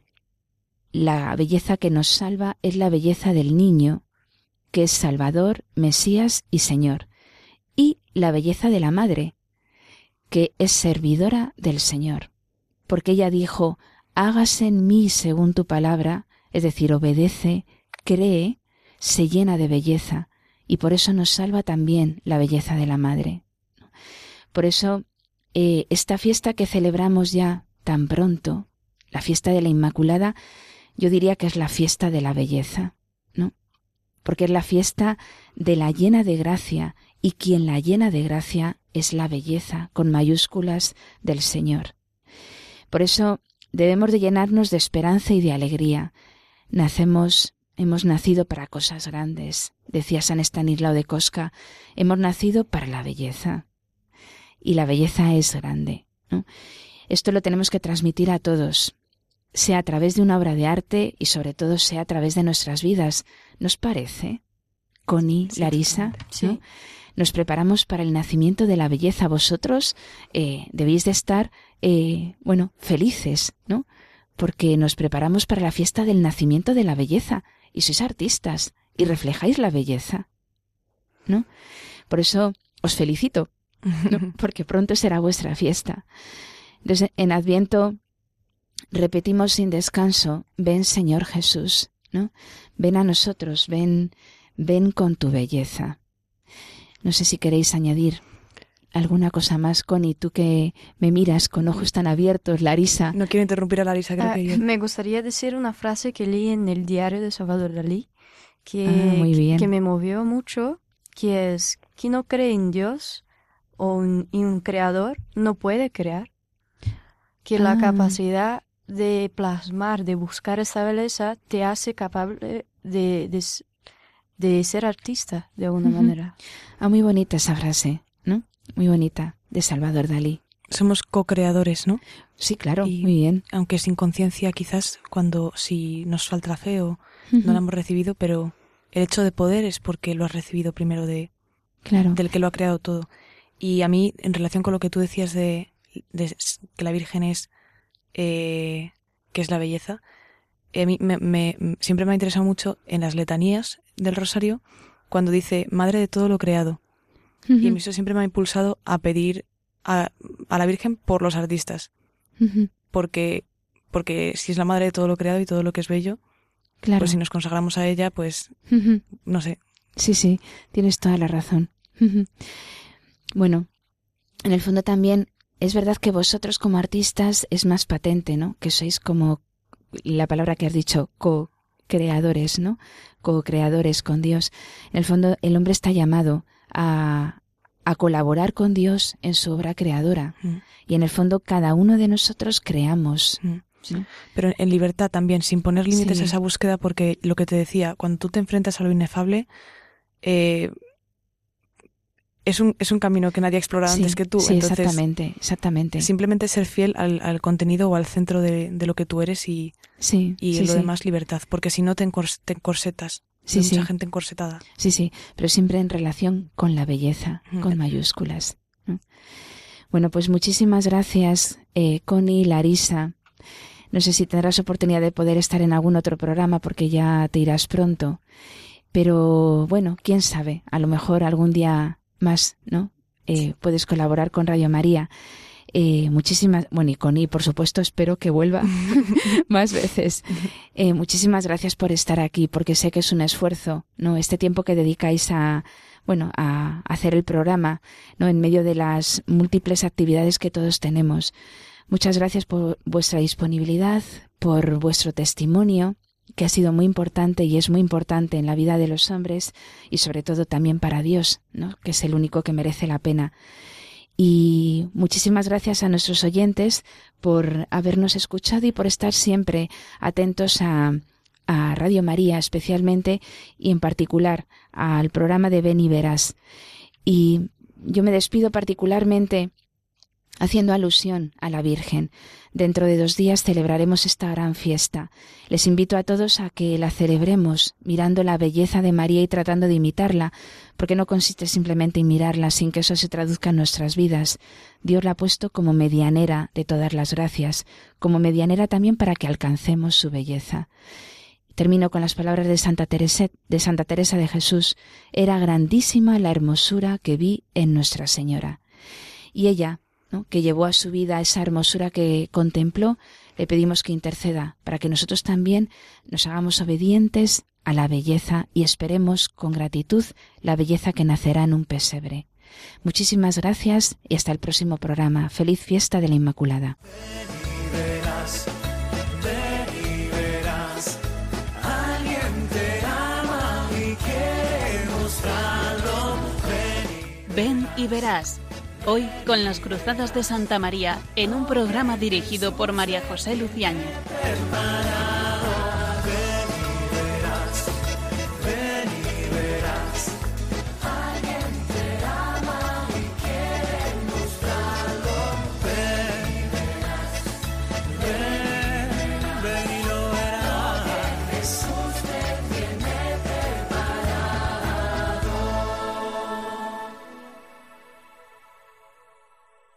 la belleza que nos salva es la belleza del niño, que es Salvador, Mesías y Señor. Y la belleza de la madre, que es servidora del Señor. Porque ella dijo: hágase en mí según tu palabra, es decir, obedece, cree, se llena de belleza, y por eso nos salva también la belleza de la madre. Por eso, eh, esta fiesta que celebramos ya tan pronto, la fiesta de la Inmaculada, yo diría que es la fiesta de la belleza, ¿no? Porque es la fiesta de la llena de gracia, y quien la llena de gracia es la belleza, con mayúsculas, del Señor. Por eso debemos de llenarnos de esperanza y de alegría. Nacemos, hemos nacido para cosas grandes, decía San Estanislao de Kostka, hemos nacido para la belleza. Y la belleza es grande, ¿no? Esto lo tenemos que transmitir a todos, sea a través de una obra de arte y sobre todo sea a través de nuestras vidas. ¿Nos parece, Connie, sí, Larisa? Sí. ¿No? Nos preparamos para el nacimiento de la belleza. Vosotros eh, debéis de estar, eh, bueno, felices, ¿no? Porque nos preparamos para la fiesta del nacimiento de la belleza. Y sois artistas y reflejáis la belleza, ¿no? Por eso os felicito, ¿no? Porque pronto será vuestra fiesta. Entonces, en Adviento repetimos sin descanso: ven, Señor Jesús, ¿no? Ven a nosotros, ven, ven con tu belleza. No sé si queréis añadir alguna cosa más, Connie, tú que me miras con ojos tan abiertos, Larisa. No quiero interrumpir a Larisa, creo Ah, que yo. Me gustaría decir una frase que leí en el diario de Salvador Dalí, que, Ah, muy bien. que me movió mucho, que es: quien no cree en Dios o un, en un creador no puede crear. Que la Ah. capacidad de plasmar, de buscar esa belleza, te hace capaz de, de, de ser artista de alguna Ujú. manera. Ah, muy bonita esa frase, ¿no? Muy bonita, de Salvador Dalí. Somos co-creadores, ¿no? Sí, claro, Y- muy bien. Aunque sin conciencia, quizás, cuando si nos falta la fe o Ujú. no la hemos recibido, pero el hecho de poder es porque lo has recibido primero de Claro. del que lo ha creado todo. Y a mí, en relación con lo que tú decías de, de que la Virgen es eh, que es la belleza, eh, a mí me, me- siempre me ha interesado mucho en las letanías del Rosario cuando dice Madre de todo lo creado. Y Ujú. eso siempre me ha impulsado a pedir a, a la Virgen por los artistas, Ujú. porque porque si es la madre de todo lo creado y todo lo que es bello, Claro. pues si nos consagramos a ella, pues Ujú. no sé. Sí, sí, tienes toda la razón. Ujú. Bueno, en el fondo también es verdad que vosotros como artistas es más patente, ¿no? Que sois como la palabra que has dicho, co, creadores, ¿no? Co-creadores con Dios. En el fondo, el hombre está llamado a, a colaborar con Dios en su obra creadora. Mm. Y en el fondo, cada uno de nosotros creamos. Mm. ¿Sí? Pero en libertad también, sin poner límites sí. a esa búsqueda, porque lo que te decía, cuando tú te enfrentas a lo inefable, eh, es un es un camino que nadie ha explorado sí, antes que tú. Sí, Entonces, exactamente, exactamente. Simplemente ser fiel al, al contenido o al centro de, de lo que tú eres y, sí, y sí, lo sí. demás libertad, porque si no te, encors, te encorsetas. Sí, Hay sí. mucha gente encorsetada. Sí, sí, pero siempre en relación con la belleza, mm. con mayúsculas. Bueno, pues muchísimas gracias, eh, Connie, Larisa. No sé si tendrás oportunidad de poder estar en algún otro programa porque ya te irás pronto. Pero bueno, quién sabe, a lo mejor algún día más, ¿no? Eh, puedes colaborar con Radio María. Eh, muchísimas, bueno, y Connie, por supuesto, espero que vuelva más veces. Eh, muchísimas gracias por estar aquí, porque sé que es un esfuerzo, ¿no? Este tiempo que dedicáis a, bueno, a hacer el programa, ¿no? En medio de las múltiples actividades que todos tenemos. Muchas gracias por vuestra disponibilidad, por vuestro testimonio, que ha sido muy importante y es muy importante en la vida de los hombres y sobre todo también para Dios, ¿no? Que es el único que merece la pena. Y muchísimas gracias a nuestros oyentes por habernos escuchado y por estar siempre atentos a, a Radio María especialmente y en particular al programa de Ven y Verás. Y yo me despido particularmente haciendo alusión a la Virgen. Dentro de dos días celebraremos esta gran fiesta. Les invito a todos a que la celebremos mirando la belleza de María y tratando de imitarla, porque no consiste simplemente en mirarla sin que eso se traduzca en nuestras vidas. Dios la ha puesto como medianera de todas las gracias, como medianera también para que alcancemos su belleza. Termino con las palabras de Santa Teresa, de Santa Teresa de Jesús. Era grandísima la hermosura que vi en Nuestra Señora. Y ella, ¿no?, que llevó a su vida esa hermosura que contempló, le pedimos que interceda para que nosotros también nos hagamos obedientes a la belleza y esperemos con gratitud la belleza que nacerá en un pesebre. Muchísimas gracias y hasta el próximo programa. Feliz fiesta de la Inmaculada. Ven y verás, ven y verás, alguien te ama y quiere mostrarlo. Ven y, ven y verás. Hoy con las Cruzadas de Santa María, en un programa dirigido por María José Luciáñez.